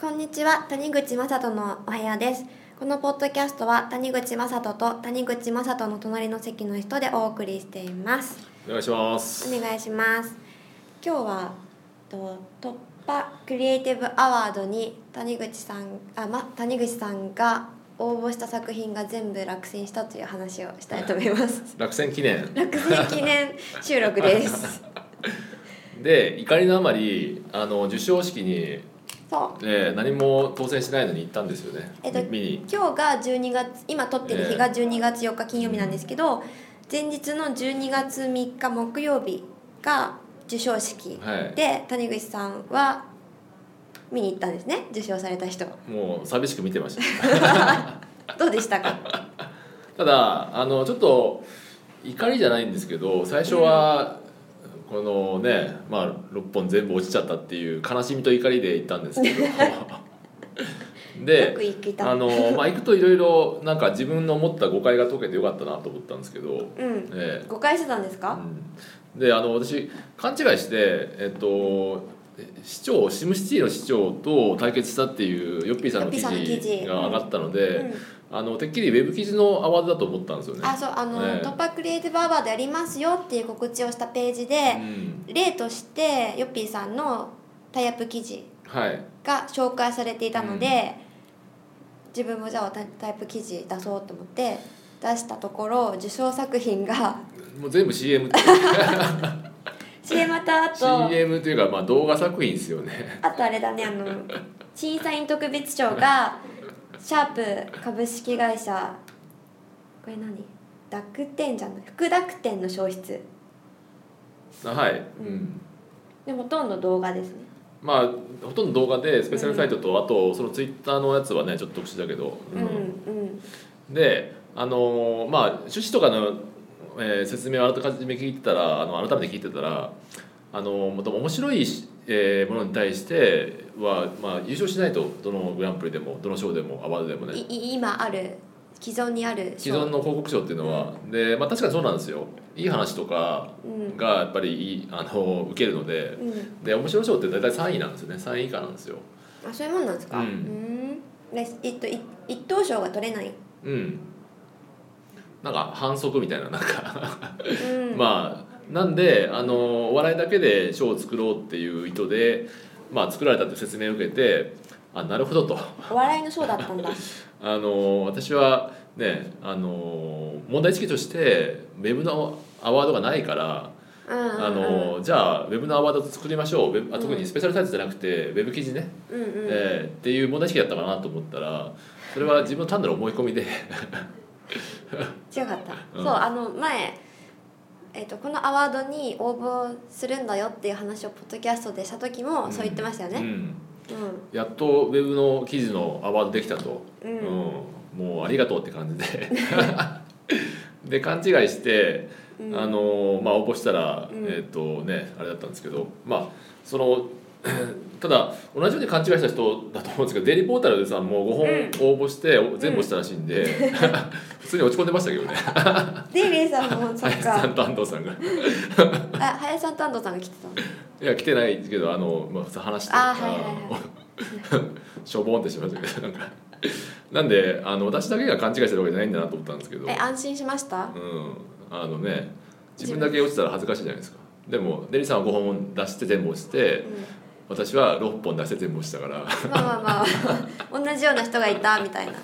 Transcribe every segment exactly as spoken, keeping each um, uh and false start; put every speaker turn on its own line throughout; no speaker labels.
こんにちは、谷口雅人のお部屋です。このポッドキャストは谷口雅人と谷口雅人の隣の席の人でお送りしています。
お願いします。
お願いします。今日はと突破クリエイティブアワードに谷口さんあ、ま、谷口さんが応募した作品が全部落選したという話をしたいと思います。
落選記念
落選記念収録です
で、怒りのあまりあの授賞式に
そう、
ね、何も当選しないのに行ったんですよね、
えっと、
見に。
今日がじゅうにがつ、今撮ってる日がじゅうにがつよっか金曜日なんですけど、前日のじゅうにがつみっか木曜日が授賞式で、はい、谷口さんは見に行ったんですね、受賞された人。
もう寂しく見てました
どうでしたか？
ただあのちょっと怒りじゃないんですけど、最初は、うん、このね、まあ、ろっぽん全部落ちちゃったっていう悲しみと怒りで行ったんですけどで、あの、まあ、行くといろいろなんか自分の思った誤解が解けてよかったなと思ったんですけど、
うんえー、誤解してたんですか？
うん、であの私勘違いして、えっと、市長シムシティの市長と対決したっていうヨッピーさんの記事が上がったので、うんうん、あのてっきりウェブ記事のアワードだと思ったんですよね。
あ、そう、あの、ね、突破クリエイティブアワードやりますよっていう告知をしたページで、うん、例としてヨッピーさんのタイアップ記事が紹介されていたので、はいうん、自分もじゃあタイアップ記事出そうと思って出したところ、受賞作品が
もう全部 シーエム って
シーエム またあと
シーエム というか、まあ、動画作品ですよね。
あとあれだね、あの審査員特別賞がシャープ株式会社、これ何濁点じゃない副濁点の消失。
あ、はい、うん、
でほとんど動画ですね。
まあほとんど動画でスペシャルサイトと、うん、あとそのツイッターのやつはねちょっと特殊だけど、
うんうん
うん、であのまあ趣旨とかの、えー、説明をあらかじめ聞いてたら、あの改めて聞いてたら、あのもとも面白い、えー、ものに対しては、まあ、優勝しないとどのグランプリでもどの賞でもアワードでもね、
い今ある既存にある
既存の広告賞っていうのは、うん、で、まあ、確かにそうなんですよ。いい話とかがやっぱりいい、あの受けるので、うん、で面白い賞って大体さんいなんですよね。さんい以下なんですよ。
あ、そういうもんなんですか？うん、うんで、えっと、一等賞が取れない。
うん、なんか反則みたいな、なんか、うん、まあなんであのお笑いだけで賞を作ろうっていう意図で、まあ、作られたって説明を受けて、あ、なるほどと。
お笑いの賞だったんだ
あの私はね、あの問題意識としてウェブのアワードがないから、うんうんうん、あのじゃあウェブのアワード作りましょう、ウェブあ特にスペシャルサイトじゃなくてウェブ記事ね、うんうんえー、っていう問題意識だったかなと思ったら、それは自分の単なる思い込みで
違かった、うん、そう、あの前、えー、とこのアワードに応募するんだよっていう話をポッドキャストでした時もそう言ってましたよね、うんうん
うん、やっとウェブの記事のアワードできたと、うんうん、もうありがとうって感じでで勘違いして、うん、あのまあ、応募したら、うん、えっ、ー、とねあれだったんですけど、まあそのただ同じように勘違いした人だと思うんですけど、デイリーポータルでさもうごほん応募して全部落ちたらしいんで、うん、普通に落ち込んでましたけどね
デイリーさんもそっか、
林さんと安藤さんが
あ、林さんと安藤さんが来てたの？
いや来てないけど、あの、まあ、話して
あ、はいはいはい
しょぼんってしましたけど、なんかなんであの私だけが勘違いしてるわけじゃないんだなと思ったんですけど、
え安心しました？
うん、あのね自分だけ落ちたら恥ずかしいじゃないですか。でもデリさんはごほん出して全部落ちて、うん、私はろっぽん出して全部落ちたからまあ
まあまあ同じような人がいたみたいな。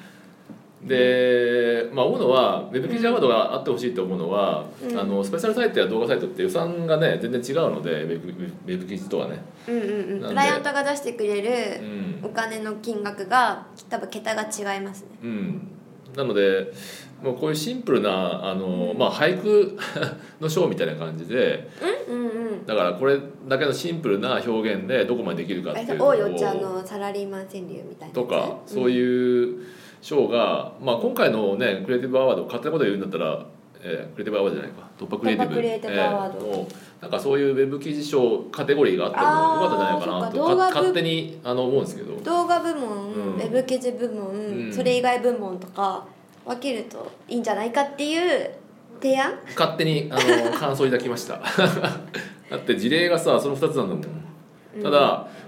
で、まあ、思うのはウェブ記事アワードがあってほしいと思うのは、うん、あのスペシャルサイトや動画サイトって予算がね全然違うので、ウェブ、ウェブ記事とはね、
うんうんうん、クライアントが出してくれるお金の金額が多分桁が違いますね、
うん、なのでもうこういうシンプルなあの、うんまあ、俳句の章みたいな感じで、
うんうんうん、
だからこれだけのシンプルな表現でどこまでできるかっていうのを
大よちゃんのサラリーマン川柳みたいな
とか、そういう賞が、まあ、今回のねクリエイティブアワード勝手なこと言うんだったら、えー、クリエイティブアワードじゃないか突破クリエイティブ、
突破クリエイティブアワード、
えー、なんかそういうウェブ記事賞カテゴリーがあってもよかったんじゃないかなとか勝手にあの思うんですけど、
動画部門、うん、ウェブ記事部門、うん、それ以外部門とか分けるといいんじゃないかっていう提案
勝手にあの感想いただきましただって事例がさそのふたつなんだもん。ただ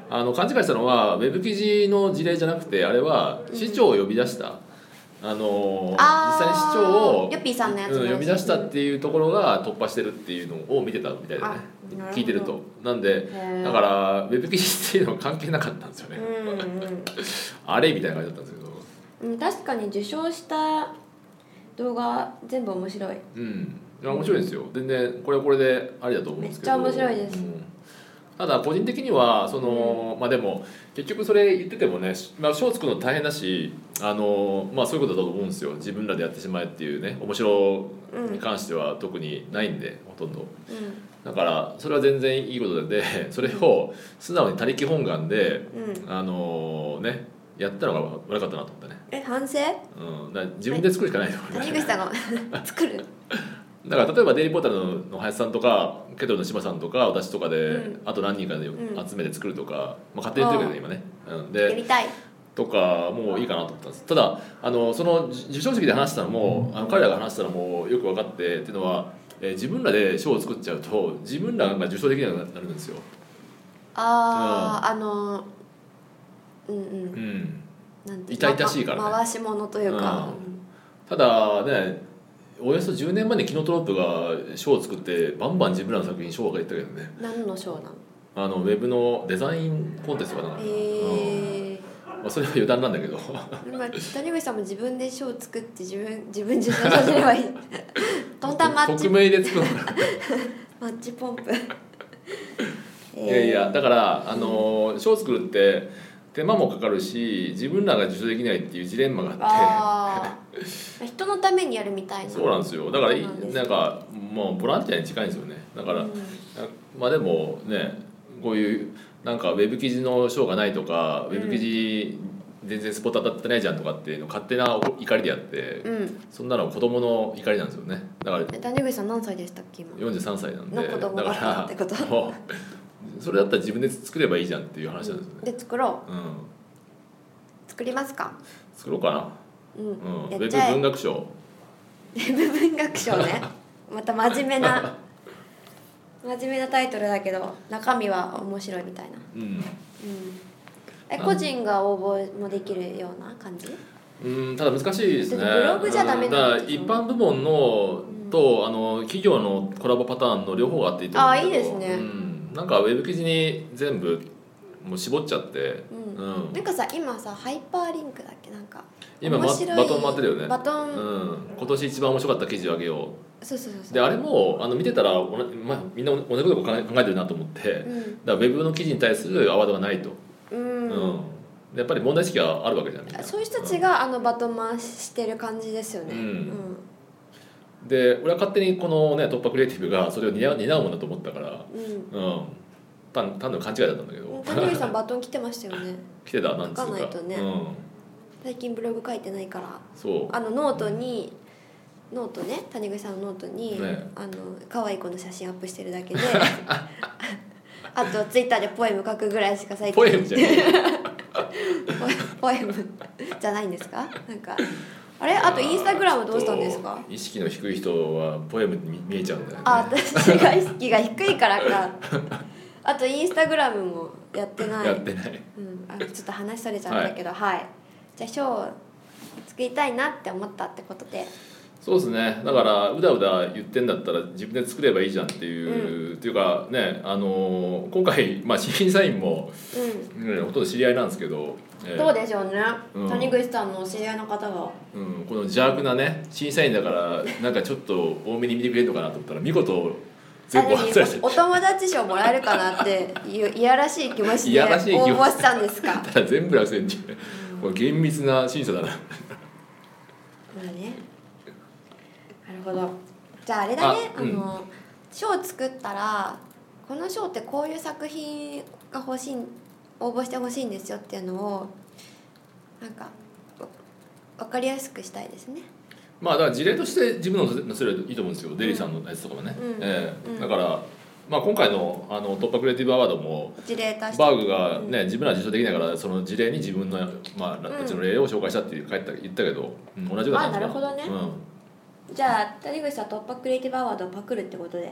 あの勘違いしたのはウェブ記事の事例じゃなくて、あれは市長を呼び出した、うん、あの
あ
実際に市長を
ヨッピーさんのやつ、
うん、呼び出したっていうところが突破してるっていうのを見てたみたいでね、聞いてると。なんでだからウェブ記事っていうのは関係なかったんですよね、うんうん、あれみたいな感じだったんですけ
ど、うん、確かに受賞した動画全部面白い。
うん、いや面白いですよ。全然これはこれでありだと思うんですけど。
めっちゃ面白いです、うん、
ただ個人的にはその、うん、まあでも結局それ言っててもね、まあ、賞を作るの大変だし、あの、まあ、そういうことだと思うんですよ。自分らでやってしまえっていうね、面白に関しては特にないんで、ほとんど、うん、だからそれは全然いいことで、それを素直に他力本願で、うん、あのねやったのが悪かったなと思ったね。
え、反省？
うん、だから自分で作るしかないと思う、
谷口さんが作る
だから例えばデイリーポータルの林さんとかケトルの柴さんとか私とかで、うん、あと何人かで集めて作るとか、うん、まあ、勝手に言ってるけど今ね、うん、で
やりたい
とかもういいかなと思ったんです。ただあのその授賞式で話したのも、あの彼らが話したのもよく分かってっていうのは、えー、自分らで賞を作っちゃうと自分らが受賞できなくなるんですよ。
ああ、うん、あのうんうん、
うんなんて痛々しいからね、
ま、回し物というか、
うん、ただねおよそじゅうねんまえにキノトロップが賞を作ってバンバン自分らの作品賞が言ったけどね。
何の賞なの？
あのウェブのデザインコンテストかな。へ
え
ー、まあ、それは余談なんだけど
谷口さんも自分で賞を作って自分自分受賞させればいいトンタンマッチ
匿名で作るから
マッチポンプ
いやいやだからあの賞を作るって手間もかかるし自分らが受賞できないっていうジレンマがあって
あ人のためにやるみたいな。
そうなんですよ。だからいなんかもうボランティアに近いんですよね。だから、うん、まあでもねこういうなんかウェブ記事の賞がないとか、うん、ウェブ記事全然スポット当たってないじゃんとかっていうの勝手な怒りでやって、うん、そんなの子供の怒りなんですよね。だから
谷口さん何歳でしたっけ今？
よんじゅうさんさいなんで。
の子供だったってこと？
だからそれだったら自分で作ればいいじゃんっていう話なんですよね。
で作ろう、うん、作りますか？
作ろうかな、
うんうん、
ウェブ文学賞
ウェブ文学賞ねまた真面目な真面目なタイトルだけど中身は面白いみたいな、うんうん、え個人が応募もできるような感じ？
うんただ難しいですね。
ブログじゃダメなん
だ。一般部門のと、うん、あの企業のコラボパターンの両方があっていいと思うんだけど、
あいいですね、
うんなんかウェブ記事に全部もう絞っちゃって、
うんうん、なんかさ今さハイパーリンクだっけなんか
今バトン回ってるよね。
バトン、
うん、今年一番面白かった記事をあげよ
う。そうそうそうそう。で
あれもあの見てたらおな、まあ、みんな同じこと考えてるなと思って、うん、だからウェブの記事に対するアワードがないと、うんうん、やっぱり問題意識があるわけじゃんみんな。
そういう人たちがあのバトン回してる感じですよね、うんうん
で俺は勝手にこの、ね、突破クリエイティブがそれを担う担うものだと思ったから、うんうん、単単なる勘違いだったんだけど
谷口さんバトン来てましたよね
来てたなんつうか
書かないとね、うん、最近ブログ書いてないから
そう
あのノートに、うん、ノートね谷口さんのノートに、ね、あの可愛い子の写真アップしてるだけであとツイッターでポエム書くぐらいしか最近
ポエムじゃない
ポエムじゃないんですかなんかあれあとインスタグラムどうしたんですか？
意識の低い人はポエムに見えちゃうんだよね。
あ私が意識が低いからかあとインスタグラムもやってない
やってない、
うん、あちょっと話されちゃったけど、はい、はい、じゃあ賞を作りたいなって思ったってことで。
そうですね。だからうだうだ言ってんだったら自分で作ればいいじゃんっていう、うん、っていうかねあの今回、まあ、審査員も、うんね、ほとんど知り合いなんですけど、
えー、そうでしょうね、うん、谷口さんの知り合いの方が、
うん、この邪悪なね審査員だからなんかちょっと多めに見てくれるのかなと思ったら見事全部外れて
お友達賞もらえるかなっていういやらしい気持ちで応募したんですか？
ただ全部落選ってこれ厳密な審査だな。ま
あねなるほど。じゃああれだねあ、うん、あの賞を作ったらこの賞ってこういう作品が欲しい応募してほしいんですよっていうのをなんか分かりやすくしたいですね。
まあだから事例として自分の載せればいいと思うんですよ、うん、デリーさんのやつとかもね、うんえーうん、だから、まあ、今回のあの突破クリエイティブアワードも
事例
バーグが、ねうん、自分らは受賞できないからその事例に自分の、まあ、うちの例を紹介したって言ったけど、うん、同じような
感じだ。あなるほどね、うん、じゃあ谷口さん突破クリエイティブアワードをパクるってことで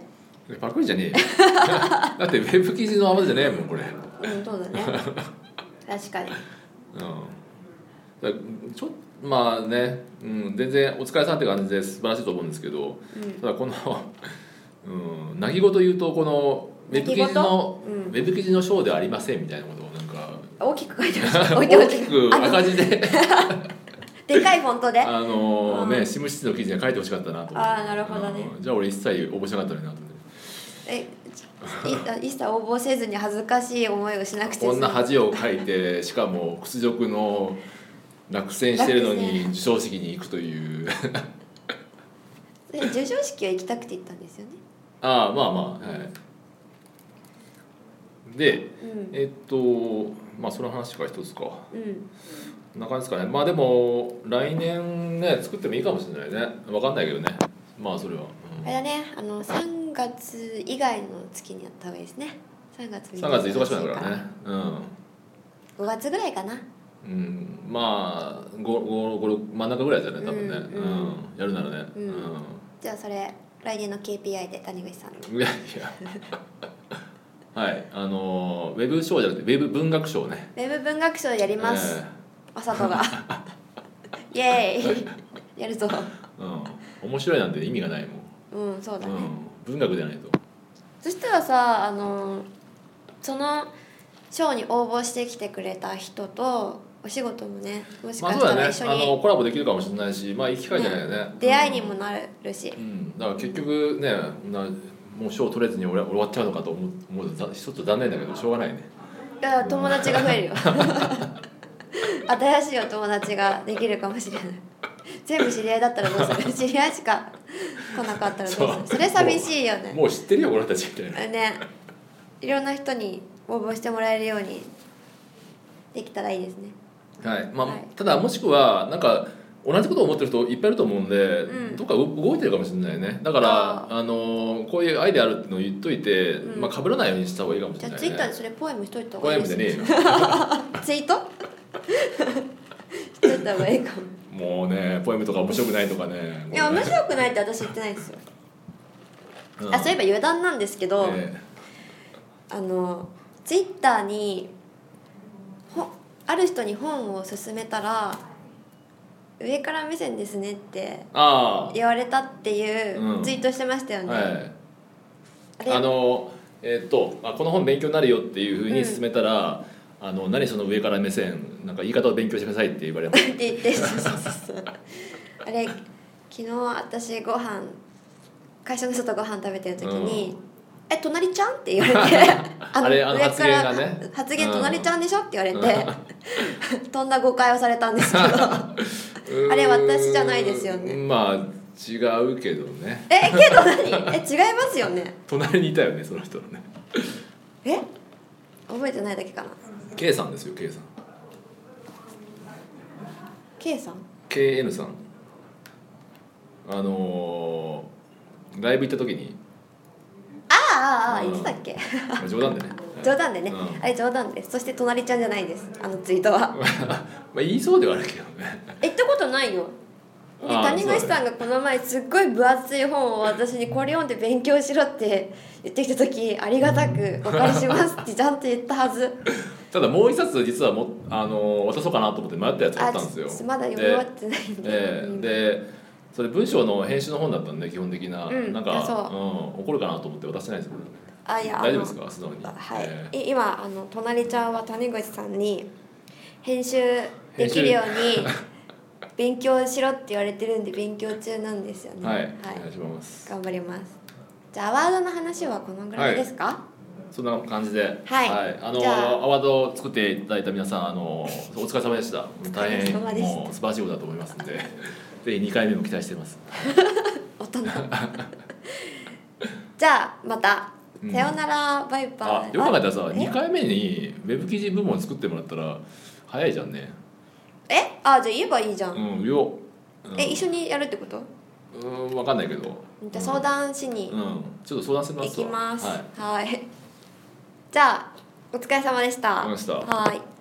パクリじゃねえよだってウェブ記事の泡じゃねえもんこれ。
うんそうだね確かに。
うん、だちょまあね、うん、全然お疲れさんって感じで素晴らしいと思うんですけど、うん、ただこのうん、泣き言言うとこのウェブ記事の、うん、ウェブ記事の章ではありませんみたいなことをなんか
大きく書いてました
大きく赤字で
でかいフォントで
あのー、ねシムシティの記事に書いてほしかったなと。
ああなるほどね。
じゃあ俺一切応募しなかったのになと思って。
え一切応募せずに恥ずかしい思いをしなくて
こんな恥をかいてしかも屈辱の落選してるのに授賞式に行くという
授賞式は行きたくて行ったんですよね。
ああまあまあはいで、うん、えっとまあその話が一つか、うん、こんな感じですかね。まあでも来年ね作ってもいいかもしれないね。分かんないけどねまあそれは、
うん、あれだねあのさんがつ以外の月にやった方がいいですね。さんがつ
さんがつ忙しくなるからね。うん
ごがつぐらいかな。
うんまあごごご真ん中ぐらいだよね多分ね、うん、うん、やるならね、うんうん、
じゃあそれ来年の ケーピーアイ で谷口さん
のいやいやはいあのウェブ賞じゃなくてウェブ文学賞ね。
ウェブ文学賞やります、えー、あさとがイエーイやるぞ、
うん、面白いなんて意味がない
もん。うんそうだね、
うん、文学じゃないと。
そしたらさあのその賞に応募してきてくれた人とお仕事もねもしかしたら一緒に、
まあそうだね、あのコラボできるかもしれないしまあいい機会じゃないよね、ね、
出会いにもなるし、
うん、だから結局ねなもう賞取れずに終わっちゃうのかと思う思うと一つ残念だけどしょうがないね。
いや友達が増えるよ新しいお友達ができるかもしれない。全部知り合いだったらどうする知り合いしか来なかったらどうする そ, それ寂しいよね。
もう知ってるよ俺たちみたいな
ね。いろんな人に応募してもらえるようにできたらいいですね。
はいまあ、はい、ただもしくはなんか同じことを思ってる人いっぱいいると思うんで、うん、どっか動いてるかもしれないね。だからあのこういうアイデアあるってのを言っといて、うんまあ、被らないようにした方がいいかもしれないね。
じゃあツイッターでそれポエムしといた方がいいですね。
ポエムでねえよ
ツイートしといた方がいいか
も。もうねポエムとか面白くないとかね。
いや面白くないって私言ってないですよ、うん、あそういえば余談なんですけど、えー、あのツイッターにほある人に本を勧めたら上から目線ですねって言われたっていうツイートしてましたよね、うんはい、
あれあのえー、っとあこの本勉強になるよっていうふうに勧めたら、うん、あの何その上から目線なんか言い方を勉強してくださいって言われました
って言ってそうそうそうあれ昨日私ご飯会社の人とご飯食べてる時に、うんえ隣ちゃんって言われて
あのあれあの
上
発言がね
発言隣ちゃんでしょって言われて、うん、とんだ誤解をされたんですけどあれ私じゃないですよね。
まあ違うけどね。
えけど何え違いますよね。
隣にいたよねその人のね。
え覚えてないだけかな。
K さんですよ K さん
K さん
ケーエヌ さんあのー、ライブ行った時に
ああ言ってたっけ
冗談でね
冗談でね、うん、あれ冗談です。そして隣ちゃんじゃないですあのツイートはま
あ言いそうではあるけどね
言ったことないよ。で谷口さんがこの前すっごい分厚い本を私にこれ読んで勉強しろって言ってきた時ありがたくお借りしますってちゃんと言ったはず
ただもう一冊実はもあの渡そうかなと思って迷ったやつがあったんですよ。
まだ読み終わってないんで、
えー、でそれ文章の編集の本だったんで基本的な、うん、なんか、うん、怒るかなと思って渡してないですよね。
あいや
大丈夫ですか素直に。
はい、えー、今あの隣ちゃんは谷口さんに編集できるように勉強しろって言われてるんで勉強中なんですよね。
はい、はい、お願いします。
頑張ります。じゃあアワードの話はこのぐらいですか？はい、
そんな感じで、
はい、
はい、あのアワードを作っていただいた皆さんあのお疲れ様でした。大変もう素晴らしいことだと思いますのでぜひにかいめも期待してます
大人じゃあまた、うん、さようならバイバイ。
あよく考えたらさにかいめにウェブ記事部門作ってもらったら早いじゃんね。
えあじゃあ言えばいいじゃん。
うん言おう、
うん、え一緒にやるってこと？
うん分かんないけど
じゃあ相談しに、
うんうん、ちょっと相談してみます
行きます。はい、はい、じゃあお疲れ様でした。
お疲れ様でした。
はい